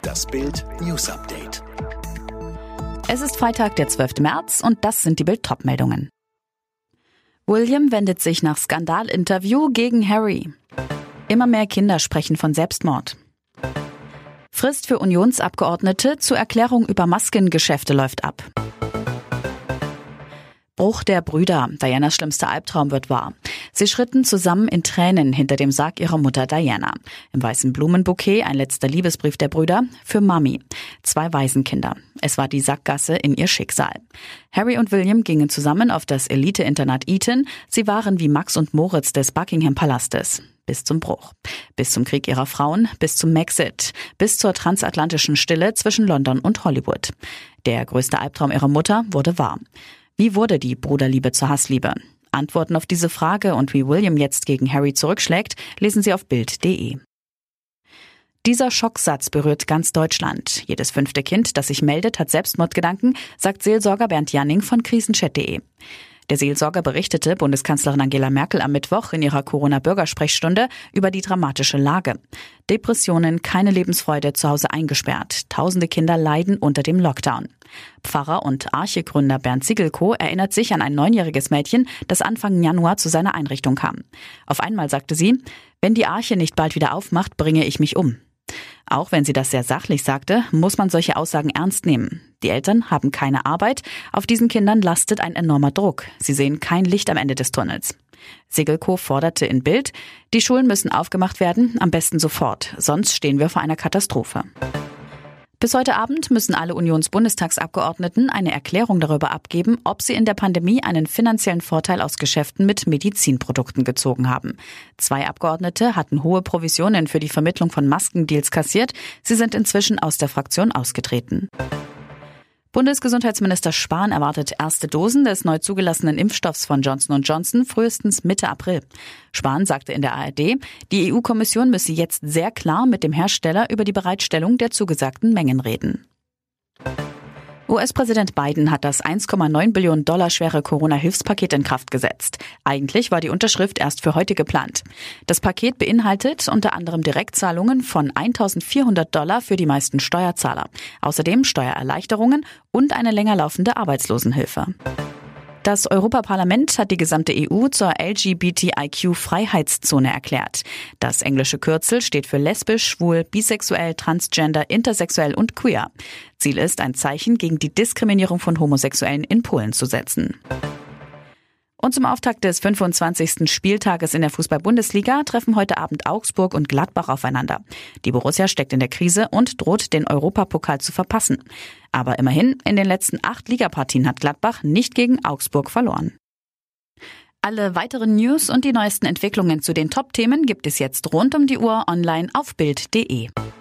Das Bild News Update. Es ist Freitag, der 12. März und das sind die Bild-Top-Meldungen. William wendet sich nach Skandalinterview gegen Harry. Immer mehr Kinder sprechen von Selbstmord. Frist für Unionsabgeordnete zur Erklärung über Maskengeschäfte läuft ab. Bruch der Brüder. Dianas schlimmster Albtraum wird wahr. Sie schritten zusammen in Tränen hinter dem Sarg ihrer Mutter Diana. Im weißen Blumenbouquet ein letzter Liebesbrief der Brüder für Mami. 2 Waisenkinder. Es war die Sackgasse in ihr Schicksal. Harry und William gingen zusammen auf das Elite-Internat Eton. Sie waren wie Max und Moritz des Buckingham-Palastes. Bis zum Bruch. Bis zum Krieg ihrer Frauen, bis zum Maxit, bis zur transatlantischen Stille zwischen London und Hollywood. Der größte Albtraum ihrer Mutter wurde wahr. Wie wurde die Bruderliebe zur Hassliebe? Antworten auf diese Frage und wie William jetzt gegen Harry zurückschlägt, lesen Sie auf Bild.de. Dieser Schocksatz berührt ganz Deutschland. Jedes 5. Kind, das sich meldet, hat Selbstmordgedanken, sagt Seelsorger Bernd Janning von krisenchat.de. Der Seelsorger berichtete Bundeskanzlerin Angela Merkel am Mittwoch in ihrer Corona-Bürgersprechstunde über die dramatische Lage. Depressionen, keine Lebensfreude, zu Hause eingesperrt. Tausende Kinder leiden unter dem Lockdown. Pfarrer und Arche-Gründer Bernd Sigelko erinnert sich an ein 9-jähriges Mädchen, das Anfang Januar zu seiner Einrichtung kam. Auf einmal sagte sie, wenn die Arche nicht bald wieder aufmacht, bringe ich mich um. Auch wenn sie das sehr sachlich sagte, muss man solche Aussagen ernst nehmen. Die Eltern haben keine Arbeit, auf diesen Kindern lastet ein enormer Druck. Sie sehen kein Licht am Ende des Tunnels. Sigelko forderte in Bild, die Schulen müssen aufgemacht werden, am besten sofort, sonst stehen wir vor einer Katastrophe. Bis heute Abend müssen alle Unionsbundestagsabgeordneten eine Erklärung darüber abgeben, ob sie in der Pandemie einen finanziellen Vorteil aus Geschäften mit Medizinprodukten gezogen haben. 2 Abgeordnete hatten hohe Provisionen für die Vermittlung von Maskendeals kassiert. Sie sind inzwischen aus der Fraktion ausgetreten. Bundesgesundheitsminister Spahn erwartet erste Dosen des neu zugelassenen Impfstoffs von Johnson & Johnson frühestens Mitte April. Spahn sagte in der ARD, die EU-Kommission müsse jetzt sehr klar mit dem Hersteller über die Bereitstellung der zugesagten Mengen reden. US-Präsident Biden hat das 1,9 Billionen Dollar schwere Corona-Hilfspaket in Kraft gesetzt. Eigentlich war die Unterschrift erst für heute geplant. Das Paket beinhaltet unter anderem Direktzahlungen von $1.400 für die meisten Steuerzahler. Außerdem Steuererleichterungen und eine länger laufende Arbeitslosenhilfe. Das Europaparlament hat die gesamte EU zur LGBTIQ-Freiheitszone erklärt. Das englische Kürzel steht für lesbisch, schwul, bisexuell, transgender, intersexuell und queer. Ziel ist, ein Zeichen gegen die Diskriminierung von Homosexuellen in Polen zu setzen. Und zum Auftakt des 25. Spieltages in der Fußball-Bundesliga treffen heute Abend Augsburg und Gladbach aufeinander. Die Borussia steckt in der Krise und droht, den Europapokal zu verpassen. Aber immerhin, in den letzten 8 Ligapartien hat Gladbach nicht gegen Augsburg verloren. Alle weiteren News und die neuesten Entwicklungen zu den Top-Themen gibt es jetzt rund um die Uhr online auf Bild.de.